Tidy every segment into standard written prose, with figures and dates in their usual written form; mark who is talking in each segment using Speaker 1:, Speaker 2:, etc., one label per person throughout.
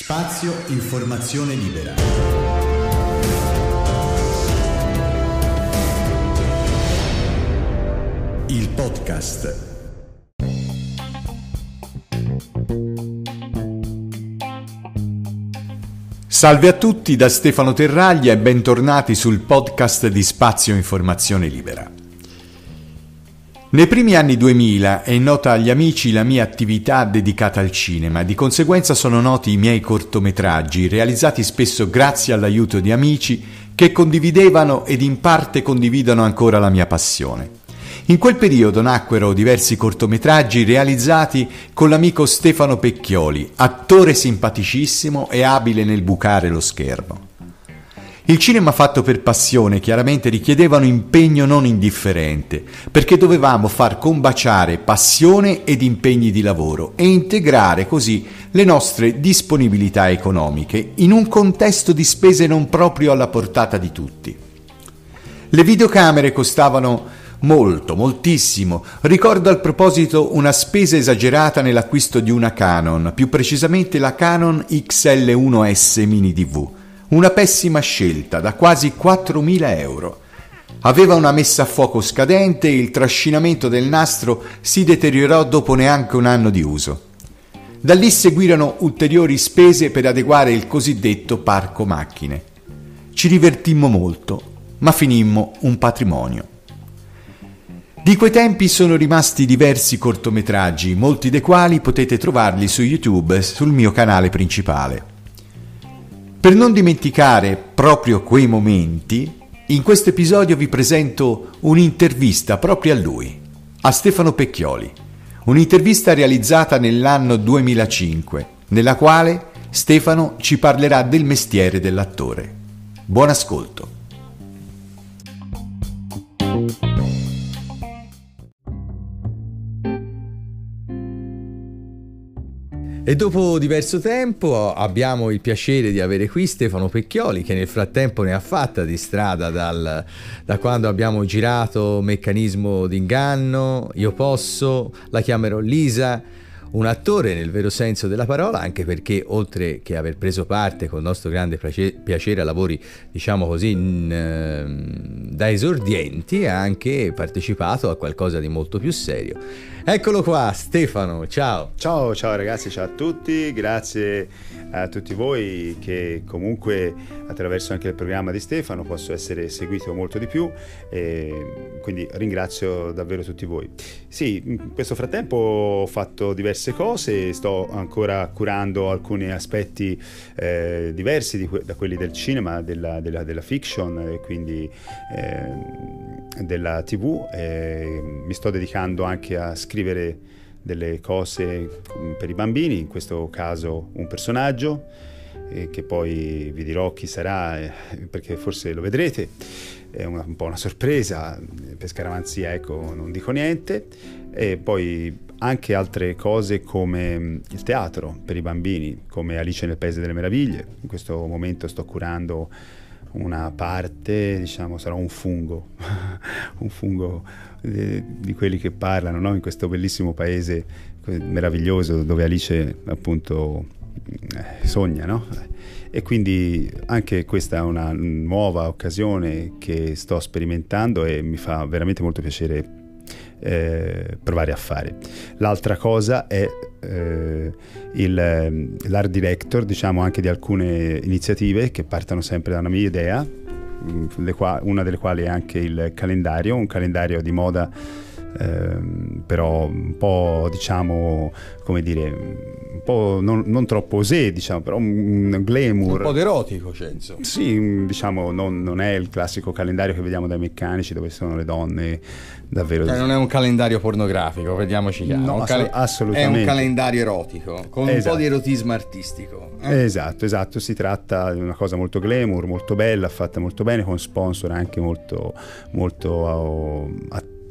Speaker 1: Spazio Informazione Libera. Il podcast. Salve a tutti da Stefano Terraglia e bentornati sul podcast di Spazio Informazione Libera. Nei primi anni 2000 è nota agli amici la mia attività dedicata al cinema, di conseguenza sono noti i miei cortometraggi, realizzati spesso grazie all'aiuto di amici che condividevano ed in parte condividono ancora la mia passione. In quel periodo nacquero diversi cortometraggi realizzati con l'amico Stefano Pecchioli, attore simpaticissimo e abile nel bucare lo schermo. Il cinema fatto per passione chiaramente richiedeva un impegno non indifferente, perché dovevamo far combaciare passione ed impegni di lavoro e integrare così le nostre disponibilità economiche in un contesto di spese non proprio alla portata di tutti. Le videocamere costavano moltissimo. Ricordo al proposito una spesa esagerata nell'acquisto di una Canon, più precisamente la Canon XL1S Mini DV. Una pessima scelta, da quasi 4.000 euro. Aveva una messa a fuoco scadente e il trascinamento del nastro si deteriorò dopo neanche un anno di uso. Da lì seguirono ulteriori spese per adeguare il cosiddetto parco macchine. Ci divertimmo molto, ma finimmo un patrimonio. Di quei tempi sono rimasti diversi cortometraggi, molti dei quali potete trovarli su YouTube sul mio canale principale. Per non dimenticare proprio quei momenti, in questo episodio vi presento un'intervista proprio a lui, a Stefano Pecchioli. Un'intervista realizzata nell'anno 2005, nella quale Stefano ci parlerà del mestiere dell'attore. Buon ascolto. E dopo diverso tempo abbiamo il piacere di avere qui Stefano Pecchioli, che nel frattempo ne ha fatta di strada da quando abbiamo girato Meccanismo d'inganno, Io posso, La chiamerò Lisa. Un attore nel vero senso della parola, anche perché oltre che aver preso parte con nostro grande piacere a lavori, diciamo così, da esordienti, ha anche partecipato a qualcosa di molto più serio. Eccolo qua, Stefano, ciao.
Speaker 2: Ciao ragazzi, ciao a tutti, grazie a tutti voi che comunque attraverso anche il programma di Stefano posso essere seguito molto di più, e quindi ringrazio davvero tutti voi. Sì, in questo frattempo ho fatto diverse cose, sto ancora curando alcuni aspetti diversi da quelli del cinema, della fiction, quindi della TV. Mi sto dedicando anche a scrivere delle cose per i bambini, in questo caso un personaggio che poi vi dirò chi sarà, perché forse lo vedrete, è un po' una sorpresa, per scaramanzia ecco non dico niente. E poi anche altre cose come il teatro per i bambini, come Alice nel Paese delle Meraviglie. In questo momento sto curando una parte, diciamo, sarà un fungo un fungo di quelli che parlano, no? In questo bellissimo paese meraviglioso dove Alice appunto sogna, no? E quindi anche questa è una nuova occasione che sto sperimentando e mi fa veramente molto piacere provare a fare. L'altra cosa è l'art director, diciamo, anche di alcune iniziative che partono sempre da una mia idea, una delle quali è anche il calendario, un calendario di moda, però un po', diciamo, come dire, un po' non troppo osé, diciamo, però un glamour,
Speaker 1: un po' d'erotico, Cenzo.
Speaker 2: Sì, diciamo, non è il classico calendario che vediamo dai meccanici dove sono le donne davvero.
Speaker 1: Non è un calendario pornografico, vediamoci chiaro.
Speaker 2: No, assolutamente.
Speaker 1: È un calendario erotico con un po' di erotismo artistico.
Speaker 2: Esatto, si tratta di una cosa molto glamour, molto bella, fatta molto bene, con sponsor anche molto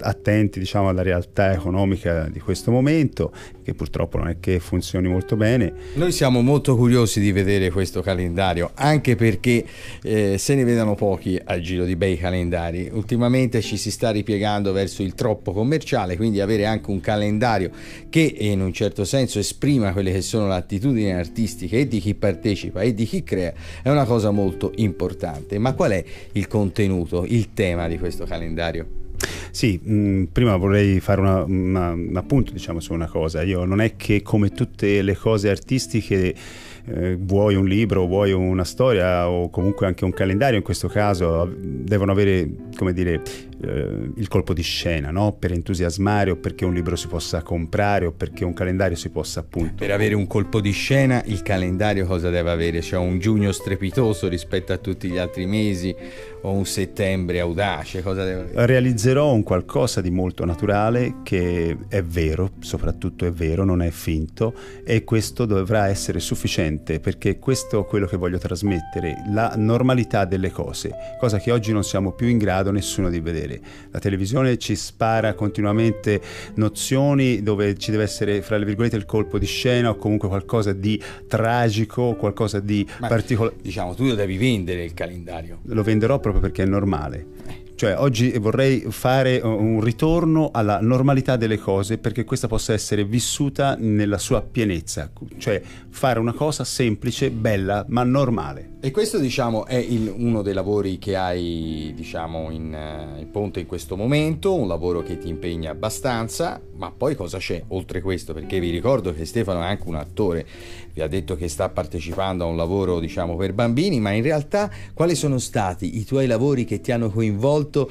Speaker 2: attenti, diciamo, alla realtà economica di questo momento, che purtroppo non è che funzioni molto bene.
Speaker 3: Noi siamo molto curiosi di vedere questo calendario, anche perché se ne vedono pochi al giro di bei calendari. Ultimamente ci si sta ripiegando verso il troppo commerciale, quindi avere anche un calendario che in un certo senso esprima quelle che sono le attitudini artistiche e di chi partecipa e di chi crea è una cosa molto importante. Ma qual è il contenuto, il tema di questo calendario?
Speaker 2: Sì, prima vorrei fare un appunto, diciamo, su una cosa. Io non è che, come tutte le cose artistiche, vuoi un libro, vuoi una storia o comunque anche un calendario, in questo caso devono avere, come dire, il colpo di scena, no? Per entusiasmare, o perché un libro si possa comprare, o perché un calendario si possa, appunto...
Speaker 3: Per avere un colpo di scena il calendario cosa deve avere? Cioè un giugno strepitoso rispetto a tutti gli altri mesi, o un settembre audace? Cosa deve avere?
Speaker 2: Realizzerò un qualcosa di molto naturale, che è vero, soprattutto è vero, non è finto, e questo dovrà essere sufficiente, perché questo è quello che voglio trasmettere, la normalità delle cose, cosa che oggi non siamo più in grado nessuno di vedere. La televisione ci spara continuamente nozioni dove ci deve essere, fra le virgolette, il colpo di scena, o comunque qualcosa di tragico, qualcosa di particolare.
Speaker 3: Diciamo, tu lo devi vendere il calendario.
Speaker 2: Lo venderò proprio perché è normale. Cioè, oggi vorrei fare un ritorno alla normalità delle cose, perché questa possa essere vissuta nella sua pienezza, cioè fare una cosa semplice, bella, ma normale.
Speaker 3: E questo, diciamo, è uno dei lavori che hai, diciamo, in ponte in questo momento, un lavoro che ti impegna abbastanza, ma poi cosa c'è oltre questo? Perché vi ricordo che Stefano è anche un attore, vi ha detto che sta partecipando a un lavoro, diciamo, per bambini, ma in realtà quali sono stati i tuoi lavori che ti hanno coinvolto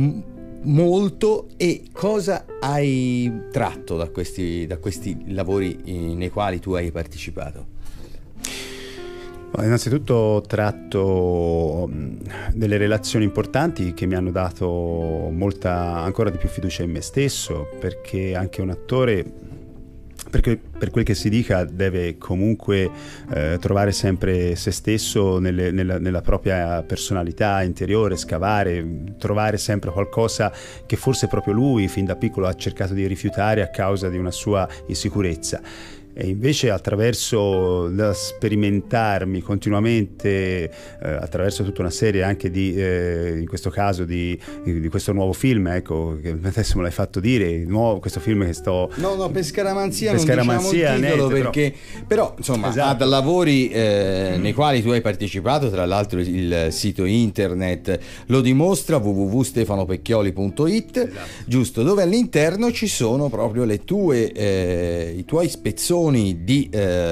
Speaker 3: molto, e cosa hai tratto da questi lavori nei quali tu hai partecipato?
Speaker 2: Innanzitutto tratto delle relazioni importanti che mi hanno dato ancora di più fiducia in me stesso, perché anche un attore, perché per quel che si dica, deve comunque trovare sempre se stesso nella propria personalità interiore, scavare, trovare sempre qualcosa che forse proprio lui fin da piccolo ha cercato di rifiutare a causa di una sua insicurezza. E invece, attraverso da sperimentarmi continuamente, attraverso tutta una serie anche in questo caso di questo nuovo film, ecco, che adesso me l'hai fatto dire, questo film che sto...
Speaker 3: No, per scaramanzia non diciamo il titolo,
Speaker 2: niente,
Speaker 3: perché però insomma,
Speaker 2: esatto,
Speaker 3: ad lavori nei quali tu hai partecipato, tra l'altro il sito internet lo dimostra, www.stefanopecchioli.it,
Speaker 2: esatto,
Speaker 3: giusto, dove all'interno ci sono proprio i tuoi spezzoni di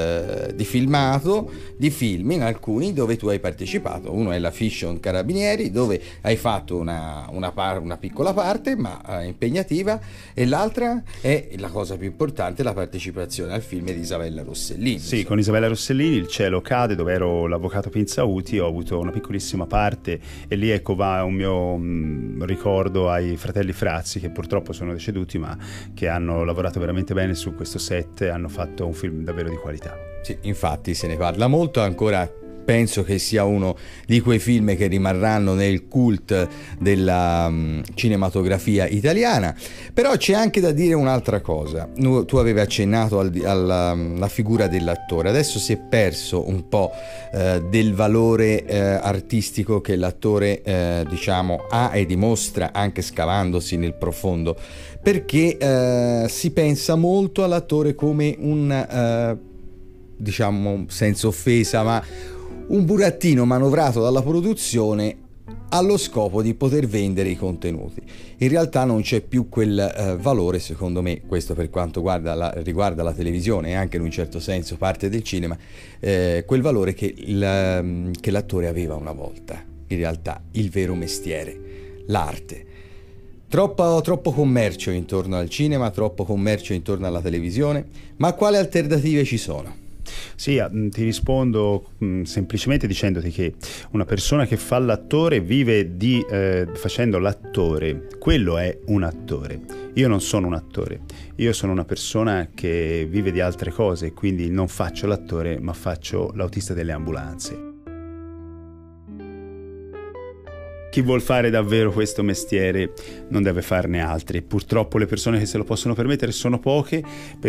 Speaker 3: filmato, di film, in alcuni dove tu hai partecipato. Uno è la Fiction Carabinieri, dove hai fatto una piccola parte ma impegnativa, e l'altra è la cosa più importante, la partecipazione al film di Isabella Rossellini.
Speaker 2: Sì, con Isabella Rossellini, Il cielo cade, dove ero l'avvocato Pinzauti. Ho avuto una piccolissima parte, e lì, ecco, va un mio ricordo ai fratelli Frazzi, che purtroppo sono deceduti, ma che hanno lavorato veramente bene su questo set, hanno fatto un film davvero di qualità.
Speaker 3: Sì, infatti se ne parla molto ancora. Penso che sia uno di quei film che rimarranno nel cult della cinematografia italiana. Però c'è anche da dire un'altra cosa. Tu avevi accennato alla figura dell'attore. Adesso si è perso un po' del valore artistico che l'attore diciamo ha e dimostra, anche scavandosi nel profondo, perché si pensa molto all'attore come un diciamo, senza offesa, ma un burattino manovrato dalla produzione allo scopo di poter vendere i contenuti. In realtà non c'è più quel valore, secondo me, questo per quanto riguarda la televisione e anche in un certo senso parte del cinema, quel valore che l'attore aveva una volta. In realtà il vero mestiere, l'arte. Troppo commercio intorno al cinema, troppo commercio intorno alla televisione, ma quali alternative ci sono?
Speaker 2: Sì, ti rispondo semplicemente dicendoti che una persona che fa l'attore vive facendo l'attore. Quello è un attore. Io non sono un attore, io sono una persona che vive di altre cose, quindi non faccio l'attore, ma faccio l'autista delle ambulanze. chi vuol fare davvero questo mestiere non deve farne altri. Purtroppo le persone che se lo possono permettere sono poche,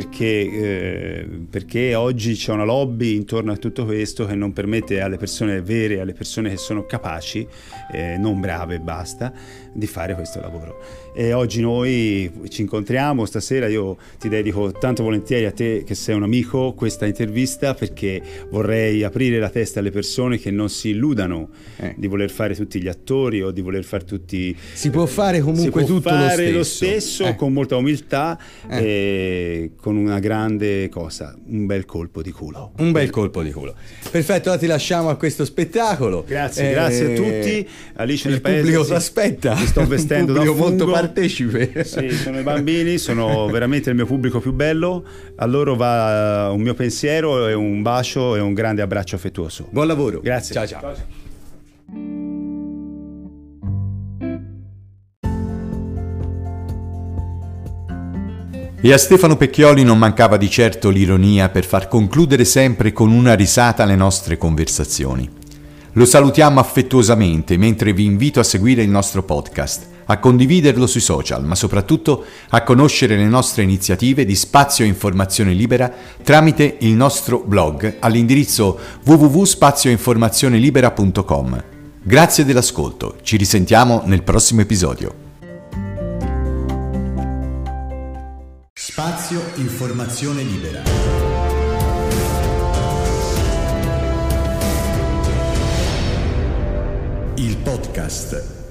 Speaker 2: perché oggi c'è una lobby intorno a tutto questo che non permette alle persone vere, alle persone che sono capaci, non brave e basta, di fare questo lavoro. E oggi noi ci incontriamo stasera, io ti dedico tanto volentieri a te che sei un amico questa intervista, perché vorrei aprire la testa alle persone che non si illudano di voler fare tutti gli attori o di voler fare tutti...
Speaker 3: Si può fare comunque tutto
Speaker 2: lo stesso con molta umiltà e con una grande cosa, un bel colpo di culo.
Speaker 3: Un bel colpo di culo. Perfetto, ora ti lasciamo a questo spettacolo.
Speaker 2: Grazie a tutti. Alice nel paese,
Speaker 3: il pubblico si aspetta.
Speaker 2: Mi sto vestendo da fungo.
Speaker 3: Molto partecipe.
Speaker 2: Sì, sono i bambini, sono veramente il mio pubblico più bello. A loro va un mio pensiero e un bacio e un grande abbraccio affettuoso.
Speaker 3: Buon lavoro.
Speaker 2: Grazie.
Speaker 3: Ciao ciao.
Speaker 2: Ciao.
Speaker 1: E a Stefano Pecchioli non mancava di certo l'ironia per far concludere sempre con una risata le nostre conversazioni. Lo salutiamo affettuosamente mentre vi invito a seguire il nostro podcast, a condividerlo sui social, ma soprattutto a conoscere le nostre iniziative di Spazio Informazione Libera tramite il nostro blog all'indirizzo www.spazioinformazionelibera.com. Grazie dell'ascolto, ci risentiamo nel prossimo episodio. Spazio Informazione Libera. Il podcast.